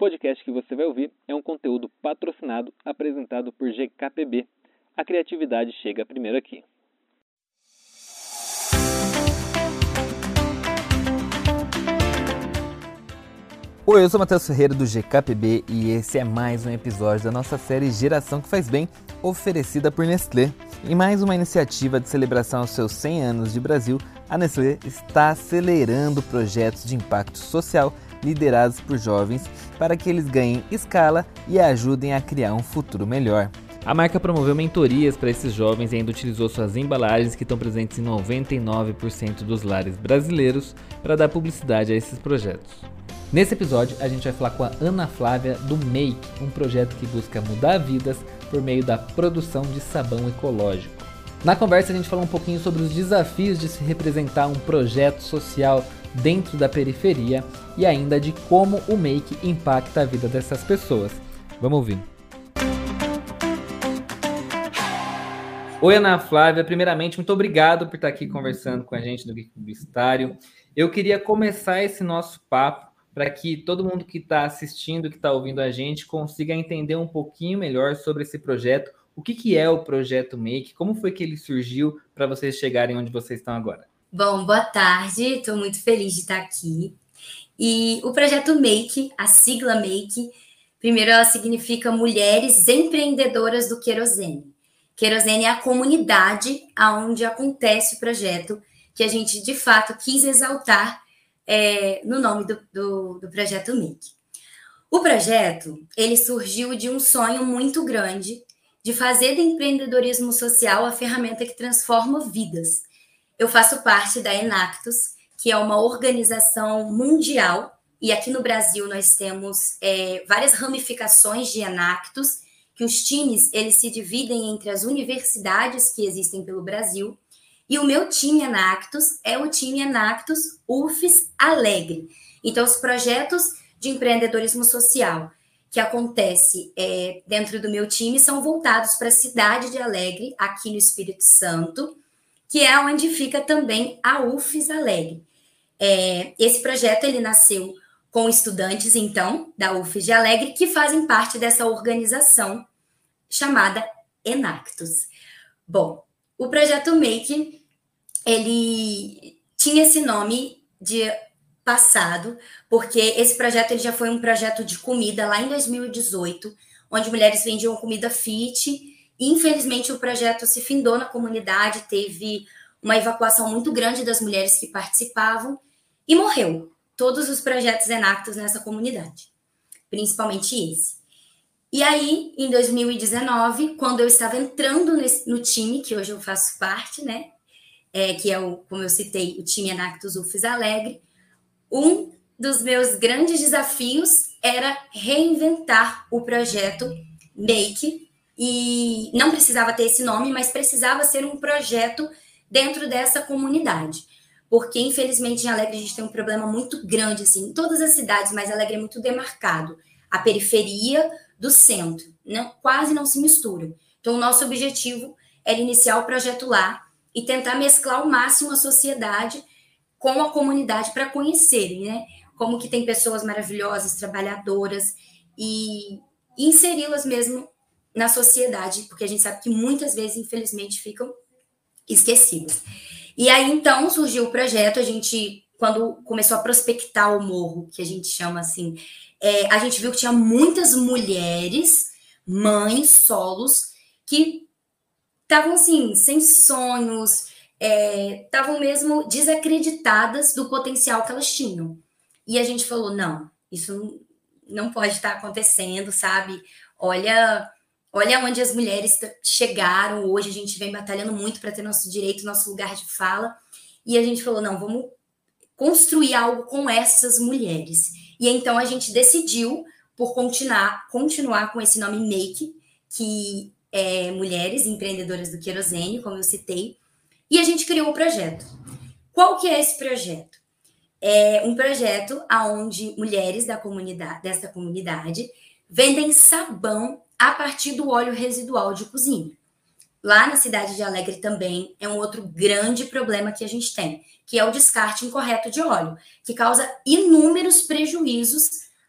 podcast que você vai ouvir é um conteúdo patrocinado apresentado por GKPB. A criatividade chega primeiro aqui. Oi, eu sou o Matheus Ferreira do GKPB e esse é mais um episódio da nossa série Geração que Faz Bem, oferecida por Nestlé. Em mais uma iniciativa de celebração aos seus 100 anos de Brasil, a Nestlé está acelerando projetos de impacto social liderados por jovens para que eles ganhem escala e ajudem a criar um futuro melhor. A marca promoveu mentorias para esses jovens e ainda utilizou suas embalagens que estão presentes em 99% dos lares brasileiros para dar publicidade a esses projetos. Nesse episódio, a gente vai falar com a Ana Flávia do Make, um projeto que busca mudar vidas por meio da produção de sabão ecológico. Na conversa, a gente falou um pouquinho sobre os desafios de se representar um projeto social dentro da periferia e ainda de como o Make impacta a vida dessas pessoas. Vamos ouvir. Oi, Ana Flávia. Primeiramente, muito obrigado por estar aqui conversando com a gente do Geek Publicitário. Eu queria começar esse nosso papo para que todo mundo que está assistindo, que está ouvindo a gente, consiga entender um pouquinho melhor sobre esse projeto. O que é o Projeto Make? Como foi que ele surgiu para vocês chegarem onde vocês estão agora? Bom, boa tarde. Estou muito feliz de estar aqui. E o Projeto Make, a sigla Make, primeiro ela significa Mulheres Empreendedoras do Querosene. Querosene é a comunidade onde acontece o projeto que a gente, de fato, quis exaltar no nome do Projeto Make. O projeto, ele surgiu de um sonho muito grande de fazer do empreendedorismo social a ferramenta que transforma vidas. Eu faço parte da Enactus, que é uma organização mundial, e aqui no Brasil nós temos várias ramificações de Enactus, que os times eles se dividem entre as universidades que existem pelo Brasil. E o meu time Enactus é o time Enactus UFES Alegre. Então, os projetos de empreendedorismo social que acontece dentro do meu time são voltados para a cidade de Alegre, aqui no Espírito Santo, que é onde fica também a UFES Alegre. Esse projeto ele nasceu com estudantes, então, da UFES de Alegre, que fazem parte dessa organização chamada Enactus. Bom, o Projeto Make, ele tinha esse nome de passado, porque esse projeto ele já foi um projeto de comida lá em 2018, onde mulheres vendiam comida fit, e infelizmente o projeto se findou na comunidade, teve uma evacuação muito grande das mulheres que participavam, e morreu todos os projetos Enactus nessa comunidade, principalmente esse. E aí, em 2019, quando eu estava entrando no time, que hoje eu faço parte, né? Que é, como eu citei, o time Enactus UFES Alegre, um dos meus grandes desafios era reinventar o projeto Make, e não precisava ter esse nome, mas precisava ser um projeto dentro dessa comunidade. Porque, infelizmente, em Alegre a gente tem um problema muito grande, assim, em todas as cidades, mas Alegre é muito demarcado. A periferia do centro, quase não se misturam. Então, o nosso objetivo era iniciar o projeto lá e tentar mesclar ao máximo a sociedade com a comunidade para conhecerem, né? Como que tem pessoas maravilhosas, trabalhadoras, e inseri-las mesmo na sociedade, porque a gente sabe que muitas vezes, infelizmente, ficam esquecidas. E aí, então, surgiu o projeto, a gente, quando começou a prospectar o morro, que a gente chama assim, a gente viu que tinha muitas mulheres, mães, solos, que estavam, assim, sem sonhos, estavam mesmo desacreditadas do potencial que elas tinham. E a gente falou, não, isso não pode estar acontecendo, sabe? Olha onde as mulheres chegaram hoje, a gente vem batalhando muito para ter nosso direito, nosso lugar de fala, e a gente falou, não, vamos construir algo com essas mulheres. E então a gente decidiu por continuar com esse nome Make, que é Mulheres Empreendedoras do Querosene, como eu citei, e a gente criou um projeto. Qual que é esse projeto? É um projeto onde mulheres dessa comunidade vendem sabão a partir do óleo residual de cozinha. Lá na cidade de Alegre também é um outro grande problema que a gente tem, que é o descarte incorreto de óleo, que causa inúmeros prejuízos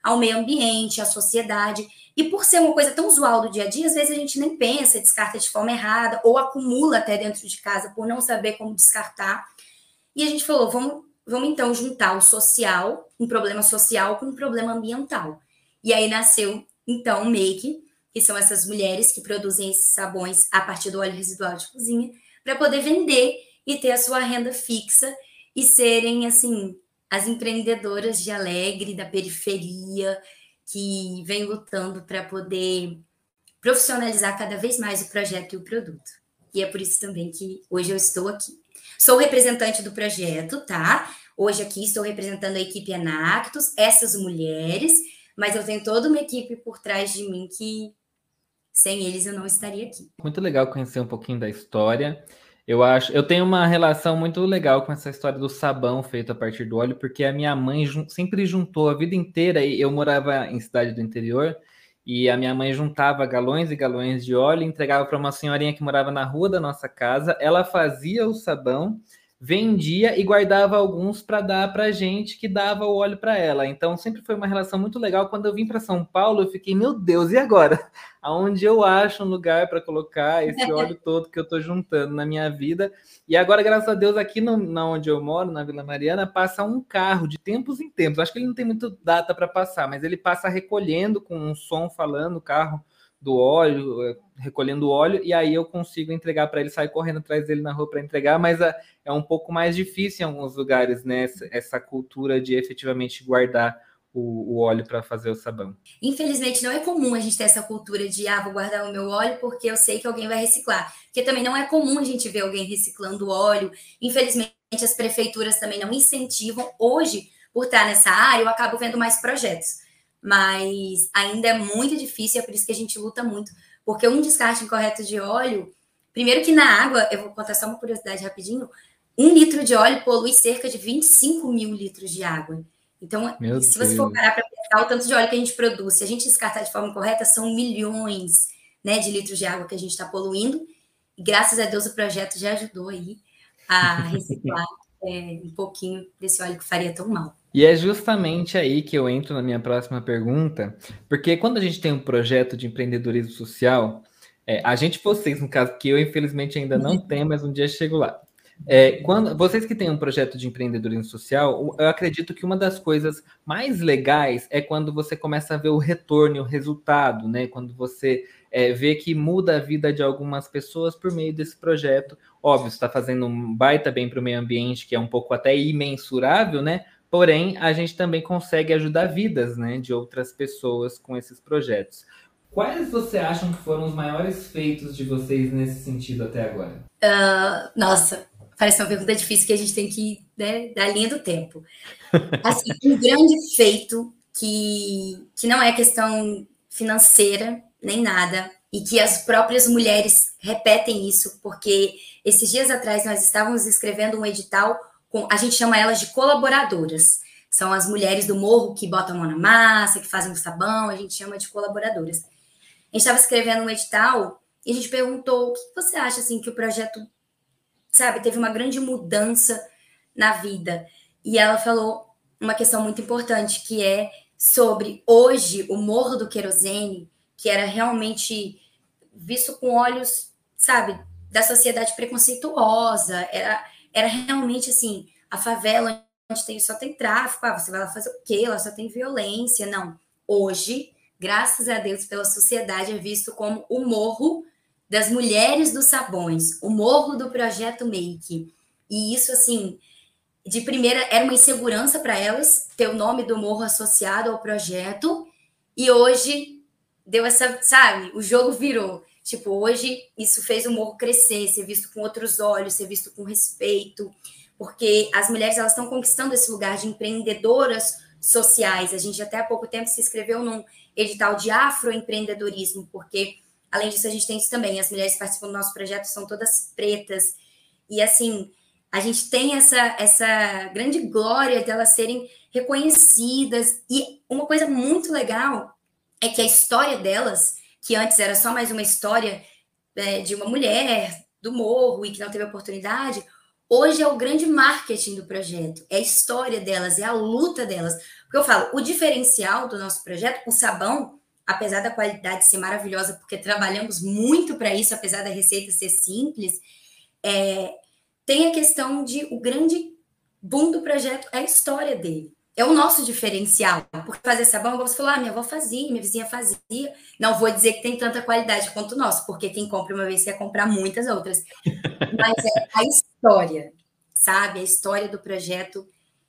ao meio ambiente, à sociedade. E por ser uma coisa tão usual do dia a dia, às vezes a gente nem pensa, descarta de forma errada, ou acumula até dentro de casa por não saber como descartar. E a gente falou, vamos então juntar o social, um problema social, com um problema ambiental. E aí nasceu, então, o Make, que são essas mulheres que produzem esses sabões a partir do óleo residual de cozinha, para poder vender e ter a sua renda fixa e serem, assim, as empreendedoras de Alegre, da periferia, que vem lutando para poder profissionalizar cada vez mais o projeto e o produto. E é por isso também que hoje eu estou aqui. Sou representante do projeto, tá? Hoje aqui estou representando a equipe Anactus, essas mulheres, mas eu tenho toda uma equipe por trás de mim que sem eles eu não estaria aqui. Muito legal conhecer um pouquinho da história. Eu tenho uma relação muito legal com essa história do sabão feito a partir do óleo, porque a minha mãe sempre juntou a vida inteira, e eu morava em cidade do interior, e a minha mãe juntava galões e galões de óleo e entregava para uma senhorinha que morava na rua da nossa casa. Ela fazia o sabão, vendia e guardava alguns para dar para gente que dava o óleo para ela. Então sempre foi uma relação muito legal. Quando eu vim para São Paulo, eu fiquei, meu Deus, e agora? Aonde eu acho um lugar para colocar esse óleo todo que eu estou juntando na minha vida? E agora, graças a Deus, aqui na onde eu moro, na Vila Mariana, passa um carro de tempos em tempos. Acho que ele não tem muita data para passar, mas ele passa recolhendo com um som falando, o carro do óleo, recolhendo o óleo, e aí eu consigo entregar para ele, sair correndo atrás dele na rua para entregar, mas é um pouco mais difícil em alguns lugares, né? Essa cultura de efetivamente guardar o óleo para fazer o sabão. Infelizmente, não é comum a gente ter essa cultura de, vou guardar o meu óleo porque eu sei que alguém vai reciclar. Porque também não é comum a gente ver alguém reciclando óleo. Infelizmente, as prefeituras também não incentivam. Hoje, por estar nessa área, eu acabo vendo mais projetos. Mas ainda é muito difícil, é por isso que a gente luta muito. Porque um descarte incorreto de óleo, primeiro que na água, eu vou contar só uma curiosidade rapidinho, 1 litro de óleo polui cerca de 25 mil litros de água. Então, se você for parar para pensar o tanto de óleo que a gente produz, se a gente descartar de forma correta, são milhões, né, de litros de água que a gente está poluindo. E graças a Deus o projeto já ajudou aí a reciclar um pouquinho desse óleo que faria tão mal. E é justamente aí que eu entro na minha próxima pergunta, porque quando a gente tem um projeto de empreendedorismo social, vocês, no caso, que eu infelizmente ainda não tenho, mas um dia chego lá. Quando vocês que têm um projeto de empreendedorismo social, eu acredito que uma das coisas mais legais é quando você começa a ver o retorno, o resultado, né? Quando você vê que muda a vida de algumas pessoas por meio desse projeto. Óbvio, você está fazendo um baita bem para o meio ambiente, que é um pouco até imensurável, né? Porém, a gente também consegue ajudar vidas, né, de outras pessoas com esses projetos. Quais você acham que foram os maiores feitos de vocês nesse sentido até agora? Nossa, parece uma pergunta difícil que a gente tem que ir, né, da linha do tempo. Assim, um grande feito que não é questão financeira nem nada, e que as próprias mulheres repetem isso, porque esses dias atrás nós estávamos escrevendo um edital, a gente chama elas de colaboradoras. São as mulheres do morro que botam a mão na massa, que fazem o sabão, a gente chama de colaboradoras. A gente estava escrevendo um edital e a gente perguntou o que você acha assim que o projeto, sabe, teve uma grande mudança na vida. E ela falou uma questão muito importante, que é sobre hoje o Morro do Querosene, que era realmente visto com olhos, sabe, da sociedade preconceituosa, era realmente assim, a favela onde só tem tráfico, você vai lá fazer o quê? Lá só tem violência. Não. Hoje, graças a Deus, pela sociedade, é visto como o morro das mulheres dos sabões, o morro do projeto Make. E isso, assim, de primeira, era uma insegurança para elas ter o nome do morro associado ao projeto, e hoje deu essa, sabe, o jogo virou. Tipo, hoje isso fez o morro crescer, ser visto com outros olhos, ser visto com respeito, porque as mulheres elas estão conquistando esse lugar de empreendedoras sociais. A gente até há pouco tempo se inscreveu num edital de afroempreendedorismo, porque além disso a gente tem isso também, as mulheres que participam do nosso projeto são todas pretas, e assim, a gente tem essa grande glória de elas serem reconhecidas, e uma coisa muito legal é que a história delas, que antes era só mais uma história de uma mulher do morro e que não teve oportunidade, hoje é o grande marketing do projeto, é a história delas, é a luta delas, Porque eu falo, o diferencial do nosso projeto, o sabão, apesar da qualidade ser maravilhosa, porque trabalhamos muito para isso, apesar da receita ser simples, tem a questão de o grande boom do projeto é a história dele. É o nosso diferencial. Porque fazer sabão, você falou, minha avó fazia, minha vizinha fazia. Não vou dizer que tem tanta qualidade quanto o nosso, porque quem compra uma vez quer comprar muitas outras. Mas é a história, sabe? A história do projeto.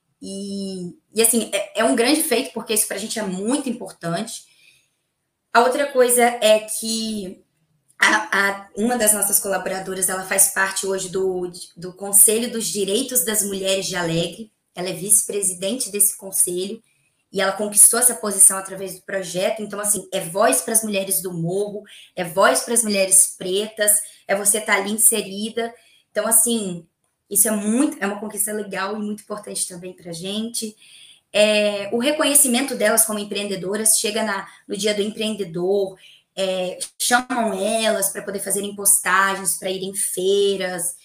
E assim, é um grande feito, porque isso para a gente é muito importante. A outra coisa é que uma das nossas colaboradoras, ela faz parte hoje do Conselho dos Direitos das Mulheres de Alegre. Ela é vice-presidente desse conselho e ela conquistou essa posição através do projeto. Então, assim, é voz para as mulheres do morro, é voz para as mulheres pretas, é você estar ali inserida. Então, assim, isso é uma conquista legal e muito importante também para a gente. O reconhecimento delas como empreendedoras chega no Dia do Empreendedor, chamam elas para poder fazerem postagens, para irem em feiras,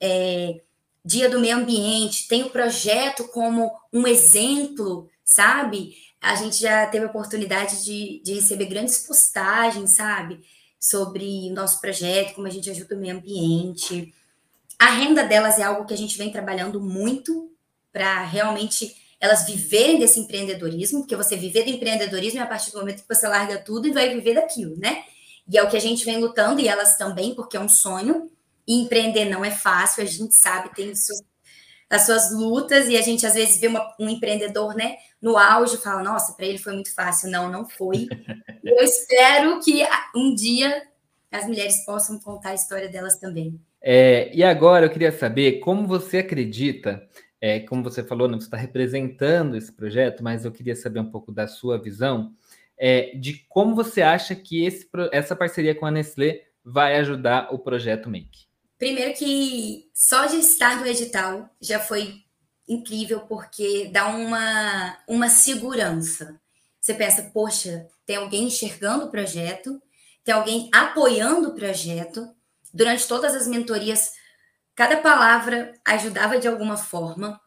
Dia do Meio Ambiente, tem o projeto como um exemplo, sabe? A gente já teve a oportunidade de receber grandes postagens, sabe? Sobre o nosso projeto, como a gente ajuda o meio ambiente. A renda delas é algo que a gente vem trabalhando muito para realmente elas viverem desse empreendedorismo, porque você viver do empreendedorismo é a partir do momento que você larga tudo e vai viver daquilo, né? E é o que a gente vem lutando, e elas também, porque é um sonho. E empreender não é fácil, a gente sabe, tem as suas lutas, e a gente às vezes vê um empreendedor, né, no auge e fala, nossa, para ele foi muito fácil. Não, não foi. Eu espero que um dia as mulheres possam contar a história delas também. E agora eu queria saber como você acredita, como você falou, não, você está representando esse projeto, mas eu queria saber um pouco da sua visão, de como você acha que essa parceria com a Nestlé vai ajudar o projeto Make. Primeiro que só de estar no edital já foi incrível, porque dá uma segurança. Você pensa, poxa, tem alguém enxergando o projeto, tem alguém apoiando o projeto. Durante todas as mentorias, cada palavra ajudava de alguma forma.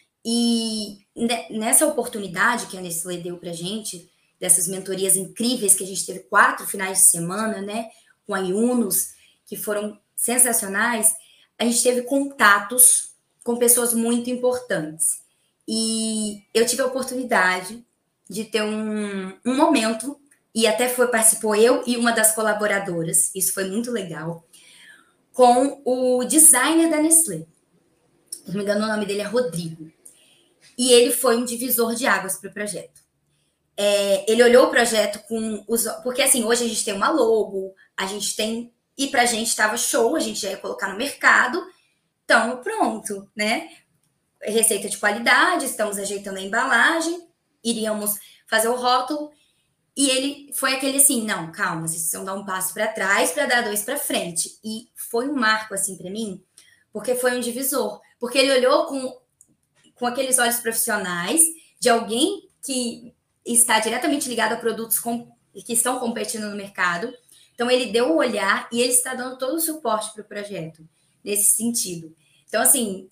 E nessa oportunidade que a Nestlé deu para a gente, dessas mentorias incríveis, que a gente teve 4 finais de semana, né, com a Yunus, que foram sensacionais, a gente teve contatos com pessoas muito importantes. E eu tive a oportunidade de ter um momento, e até participou eu e uma das colaboradoras, isso foi muito legal, com o designer da Nestlé. Se não me engano, o nome dele é Rodrigo. E ele foi um divisor de águas para o projeto. Ele olhou o projeto porque, assim, hoje a gente tem uma logo, a gente tem... E para a gente estava show, a gente já ia colocar no mercado. Então, pronto, né? Receita de qualidade, estamos ajeitando a embalagem, iríamos fazer o rótulo. E ele foi aquele assim, não, calma, vocês precisam dar um passo para trás para dar 2 para frente. E foi um marco, assim, para mim, porque foi um divisor. Porque ele olhou com aqueles olhos profissionais de alguém que está diretamente ligado a produtos que estão competindo no mercado. Então, ele deu um olhar e ele está dando todo o suporte para o projeto, nesse sentido. Então, assim,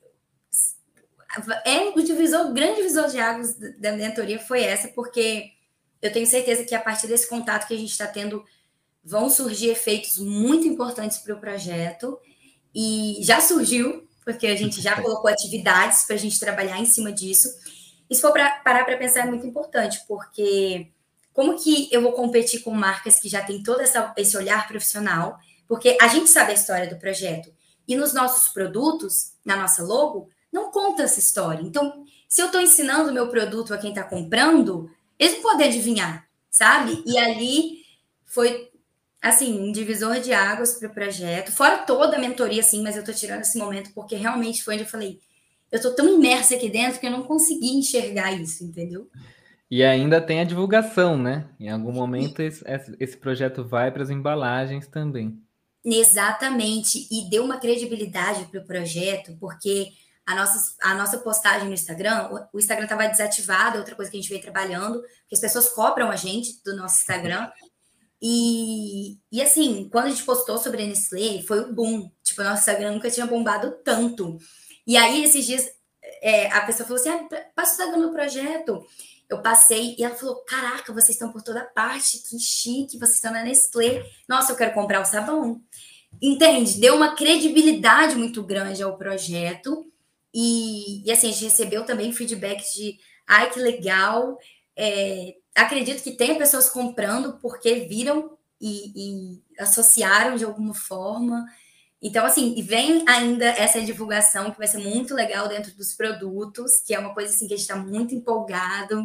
o grande divisor de águas da mentoria foi essa, porque eu tenho certeza que a partir desse contato que a gente está tendo, vão surgir efeitos muito importantes para o projeto. E já surgiu, porque a gente já colocou atividades para a gente trabalhar em cima disso. E se for parar para pensar, é muito importante, porque como que eu vou competir com marcas que já têm todo esse olhar profissional? Porque a gente sabe a história do projeto. E nos nossos produtos, na nossa logo, não conta essa história. Então, se eu estou ensinando o meu produto a quem está comprando, eles não podem adivinhar, sabe? E ali foi, assim, um divisor de águas para o projeto. Fora toda a mentoria, assim, mas eu estou tirando esse momento porque realmente foi onde eu falei, eu estou tão imersa aqui dentro que eu não consegui enxergar isso, entendeu? E ainda tem a divulgação, né? Em algum momento esse projeto vai para as embalagens também. Exatamente, e deu uma credibilidade para o projeto, porque a nossa postagem no Instagram, o Instagram estava desativado, outra coisa que a gente veio trabalhando, porque as pessoas cobram a gente do nosso Instagram. E assim, quando a gente postou sobre a Nestlé, foi o boom. Tipo, o nosso Instagram nunca tinha bombado tanto. E aí, esses dias, a pessoa falou assim, passa o Instagram no projeto. Eu passei e ela falou: caraca, vocês estão por toda parte, que chique, vocês estão na Nestlé. Nossa, eu quero comprar o sabão. Entende? Deu uma credibilidade muito grande ao projeto. E assim, a gente recebeu também feedbacks de ai, que legal. Acredito que tenha pessoas comprando porque viram e associaram de alguma forma. Então, assim, e vem ainda essa divulgação que vai ser muito legal dentro dos produtos, que é uma coisa assim que a gente está muito empolgado.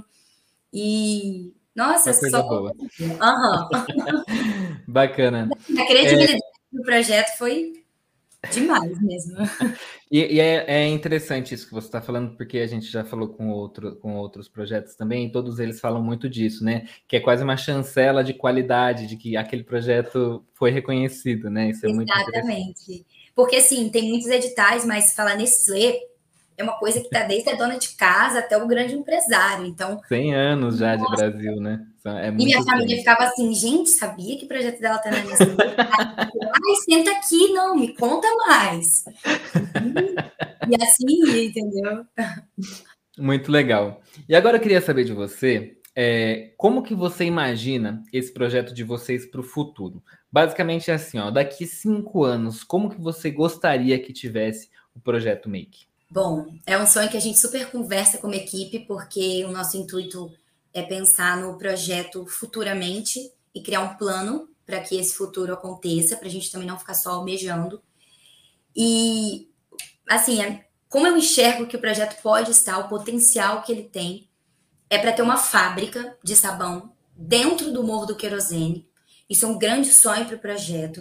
E, nossa, Uma só. coisa boa. Aham. Bacana. A credibilidade do projeto foi demais mesmo. E é interessante isso que você está falando, porque a gente já falou com outros projetos também, e todos eles falam muito disso, né? Que é quase uma chancela de qualidade, de que aquele projeto foi reconhecido, né? Isso é muito interessante. Exatamente. Porque, assim, tem muitos editais, mas falar Nestlé é uma coisa que está desde a dona de casa até o grande empresário. Então, 100 anos já de Brasil, né? É e minha muito família tempo. ficava assim, gente, sabia que o projeto dela tá na Nestlé? Ai, senta aqui, não, me conta mais. E assim ia, entendeu? Muito legal. E agora eu queria saber de você, como que você imagina esse projeto de vocês para o futuro? Basicamente é assim, ó, daqui 5 anos, como que você gostaria que tivesse o projeto Make? Bom, é um sonho que a gente super conversa como equipe, porque o nosso intuito é pensar no projeto futuramente e criar um plano para que esse futuro aconteça, para a gente também não ficar só almejando. E, assim, como eu enxergo que o projeto pode estar, o potencial que ele tem, é para ter uma fábrica de sabão dentro do Morro do Querosene. Isso é um grande sonho para o projeto.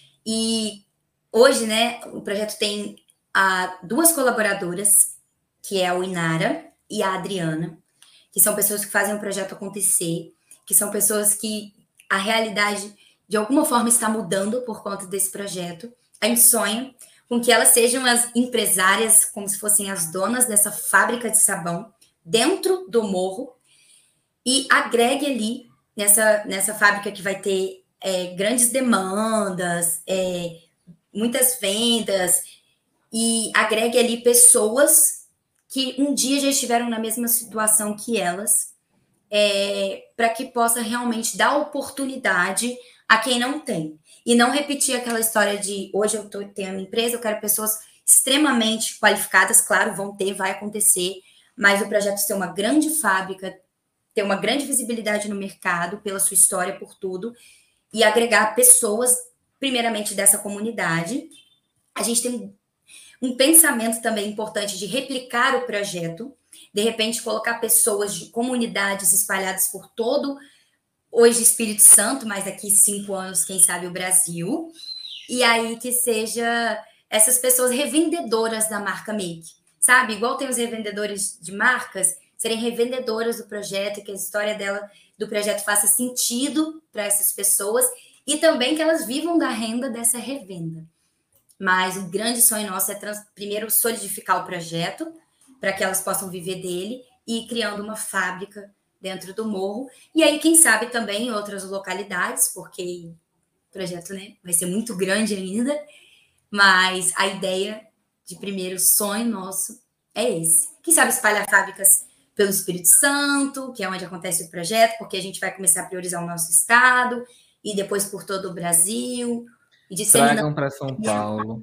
E hoje, né, o projeto tem duas colaboradoras, que é a Inara e a Adriana, que são pessoas que fazem o projeto acontecer, que são pessoas que a realidade, de alguma forma, está mudando por conta desse projeto. A gente sonha com que elas sejam as empresárias, como se fossem as donas dessa fábrica de sabão, dentro do morro, e agregue ali nessa fábrica que vai ter grandes demandas, muitas vendas, e agregue ali pessoas que um dia já estiveram na mesma situação que elas, para que possa realmente dar oportunidade a quem não tem. E não repetir aquela história de hoje eu tenho uma empresa, eu quero pessoas extremamente qualificadas, claro, vão ter, vai acontecer, mas o projeto ser uma grande fábrica, ter uma grande visibilidade no mercado pela sua história, por tudo, e agregar pessoas, primeiramente, dessa comunidade. A gente tem um pensamento também importante de replicar o projeto, de repente colocar pessoas de comunidades espalhadas por todo, hoje Espírito Santo, mas daqui 5 anos, quem sabe, o Brasil, e aí que seja essas pessoas revendedoras da marca Make, sabe? Igual tem os revendedores de marcas, serem revendedoras do projeto, que a história do projeto faça sentido para essas pessoas e também que elas vivam da renda dessa revenda. Mas o grande sonho nosso é primeiro solidificar o projeto para que elas possam viver dele e ir criando uma fábrica dentro do morro. E aí, quem sabe, também em outras localidades, porque o projeto, né, vai ser muito grande ainda. Mas a ideia de primeiro sonho nosso é esse. Quem sabe espalhar fábricas pelo Espírito Santo, que é onde acontece o projeto, porque a gente vai começar a priorizar o nosso estado e depois por todo o Brasil. E disseminando Tragam para São Paulo.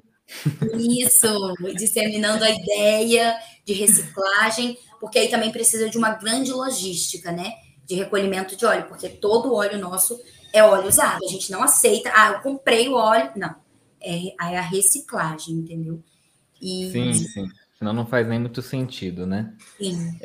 isso, disseminando a ideia de reciclagem, porque aí também precisa de uma grande logística, né? De recolhimento de óleo, porque todo óleo nosso é óleo usado. A gente não aceita, eu comprei o óleo. Não, é a reciclagem, entendeu? Sim, E sim. Senão não faz nem muito sentido, né? sim,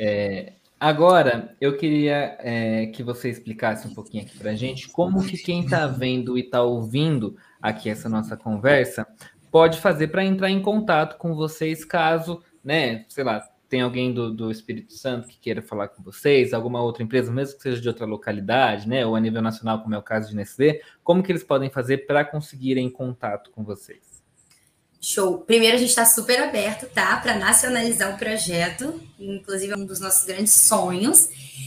Agora, eu queria que você explicasse um pouquinho aqui para a gente como que quem está vendo e está ouvindo aqui essa nossa conversa pode fazer para entrar em contato com vocês caso, né, sei lá, tem alguém do Espírito Santo que queira falar com vocês, alguma outra empresa, mesmo que seja de outra localidade, né, ou a nível nacional, como é o caso de Nestlé, como que eles podem fazer para conseguirem contato com vocês? show. Primeiro, a gente está super aberto, tá? Para nacionalizar o projeto, inclusive é um dos nossos grandes sonhos.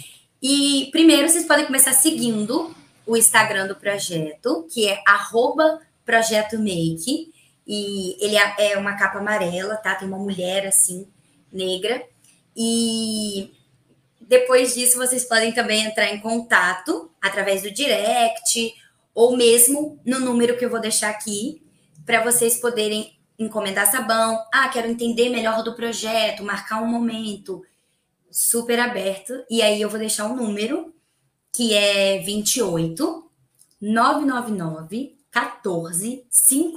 E primeiro, vocês podem começar seguindo o Instagram do projeto, que é @projetomake. E ele é uma capa amarela, tá? Tem uma mulher assim, negra. E depois disso, vocês podem também entrar em contato através do direct ou mesmo no número que eu vou deixar aqui para vocês poderem encomendar sabão. Ah, quero entender melhor do projeto, marcar um momento super aberto. E aí eu vou deixar um número que é 28 999 14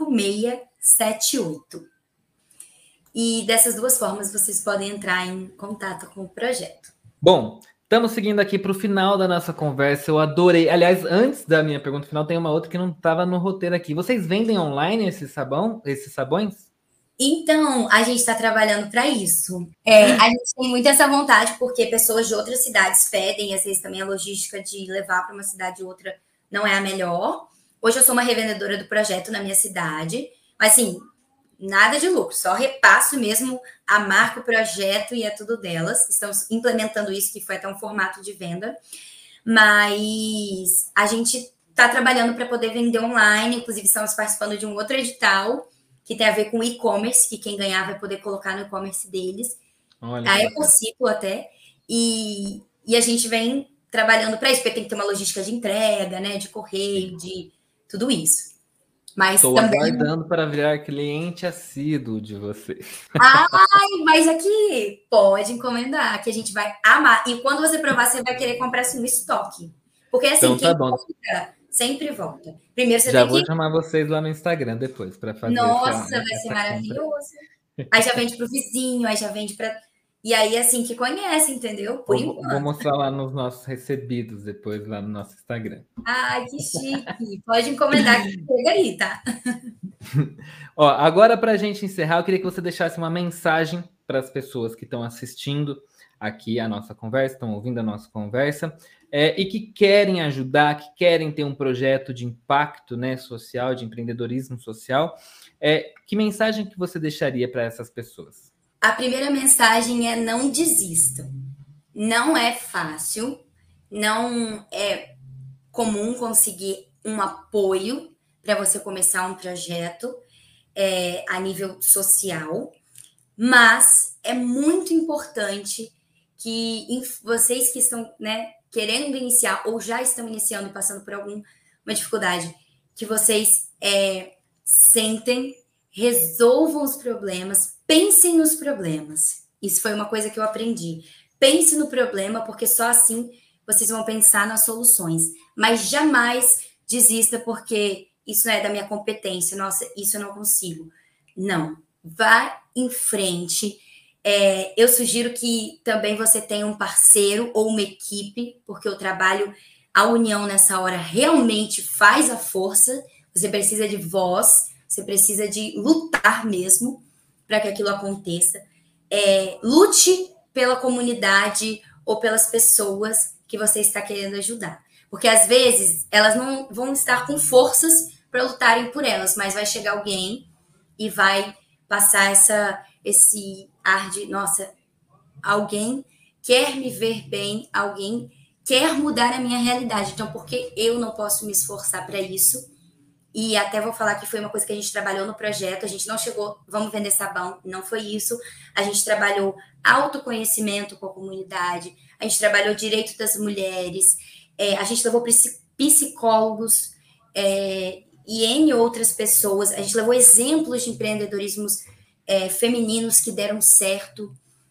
5678. E dessas duas formas vocês podem entrar em contato com o projeto. Bom, estamos seguindo aqui para o final da nossa conversa. Eu adorei. Aliás, antes da minha pergunta final, tem uma outra que não estava no roteiro aqui. Vocês vendem online esses sabões? Então, a gente está trabalhando para isso. A gente tem muito essa vontade, porque pessoas de outras cidades pedem, às vezes também a logística de levar para uma cidade ou outra não é a melhor. Hoje eu sou uma revendedora do projeto na minha cidade, mas assim, nada de lucro, só repasso mesmo a marca, o projeto e é tudo delas. Estamos implementando isso, que foi até um formato de venda, mas a gente está trabalhando para poder vender online, inclusive estamos participando de um outro edital que tem a ver com e-commerce, que quem ganhar vai poder colocar no e-commerce deles. Olha, A Ecociclo até. E a gente vem trabalhando para isso, porque tem que ter uma logística de entrega, né? De correio, de tudo isso. Mas estou também... aguardando para virar cliente assíduo de vocês. Ai, mas aqui pode encomendar, que a gente vai amar. E quando você provar, você vai querer comprar assim no estoque. Porque assim, Então, tá quem bom. compra sempre volta. Primeiro você Já tem vou que... chamar vocês lá no Instagram depois para fazer Nossa, vai ser essa maravilhoso. Aí já vende para o vizinho, aí já vende para... E aí, assim, que conhece, entendeu? Por enquanto. Vou mostrar lá nos nossos recebidos depois, lá no nosso Instagram. Ai, que chique. Pode encomendar que chega aí, tá? Ó, agora, para a gente encerrar, eu queria que você deixasse uma mensagem para as pessoas que estão assistindo aqui a nossa conversa, estão ouvindo a nossa conversa, e que querem ajudar, que querem ter um projeto de impacto, né, social, de empreendedorismo social. Que mensagem que você deixaria para essas pessoas? A primeira mensagem é: não desistam. Não é fácil, não é comum conseguir um apoio para você começar um projeto a nível social, mas é muito importante que vocês que estão, né, querendo iniciar ou já estão iniciando e passando por alguma dificuldade, que vocês sentem, resolvam os problemas, pensem nos problemas. Isso foi uma coisa que eu aprendi. Pense no problema, porque só assim vocês vão pensar nas soluções. Mas jamais desista porque isso não é da minha competência. Nossa, isso eu não consigo. Não. Vá em frente. Eu sugiro que também você tenha um parceiro ou uma equipe, porque o trabalho, a união nessa hora realmente faz a força. Você precisa de voz, você precisa de lutar mesmo para que aquilo aconteça. Lute pela comunidade ou pelas pessoas que você está querendo ajudar. Porque às vezes elas não vão estar com forças para lutarem por elas, mas vai chegar alguém e vai passar esse ar de, nossa, alguém quer me ver bem, alguém quer mudar a minha realidade. Então, por que eu não posso me esforçar para isso? E até vou falar que foi uma coisa que a gente trabalhou no projeto. A gente não chegou, vamos vender sabão, não foi isso. A gente trabalhou autoconhecimento com a comunidade, a gente trabalhou direito das mulheres, a gente levou psicólogos e N outras pessoas. A gente levou exemplos de empreendedorismos femininos que deram certo.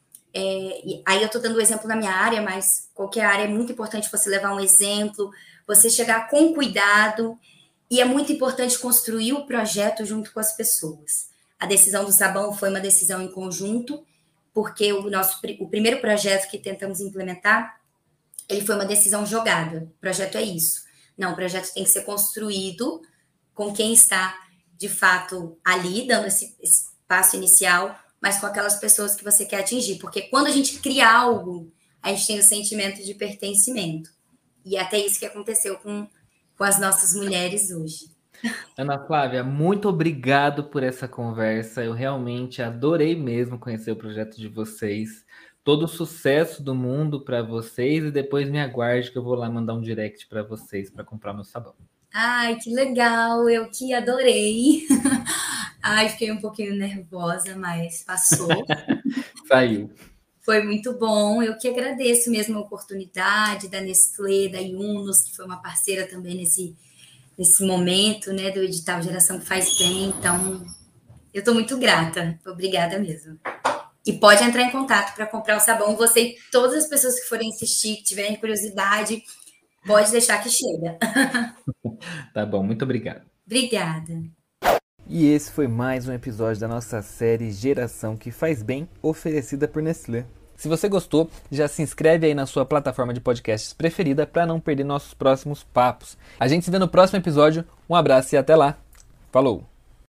E aí eu estou dando o exemplo na minha área, mas qualquer área é muito importante você levar um exemplo, você chegar com cuidado. E é muito importante construir o projeto junto com as pessoas. A decisão do sabão foi uma decisão em conjunto, porque o primeiro projeto que tentamos implementar, ele foi uma decisão jogada. O projeto é isso. Não, o projeto tem que ser construído com quem está, de fato, ali, dando esse passo inicial, mas com aquelas pessoas que você quer atingir. Porque quando a gente cria algo, a gente tem o sentimento de pertencimento. E até isso que aconteceu com as nossas mulheres hoje. Ana Flávia, muito obrigado por essa conversa. Eu realmente adorei mesmo conhecer o projeto de vocês. Todo o sucesso do mundo para vocês e depois me aguarde que eu vou lá mandar um direct para vocês para comprar meu sabão. Ai, que legal! Eu que adorei. Ai, fiquei um pouquinho nervosa, mas passou. Saiu. Foi muito bom. Eu que agradeço mesmo a oportunidade da Nestlé, da Yunus, que foi uma parceira também nesse momento, né, do edital Geração que Faz Bem. Então, eu estou muito grata. Obrigada mesmo. E pode entrar em contato para comprar o sabão. Você e todas as pessoas que forem assistir, que tiverem curiosidade, pode deixar que chega. Tá bom, muito obrigado. Obrigada. E esse foi mais um episódio da nossa série Geração que Faz Bem, oferecida por Nestlé. Se você gostou, já se inscreve aí na sua plataforma de podcasts preferida para não perder nossos próximos papos. A gente se vê no próximo episódio. Um abraço e até lá. Falou!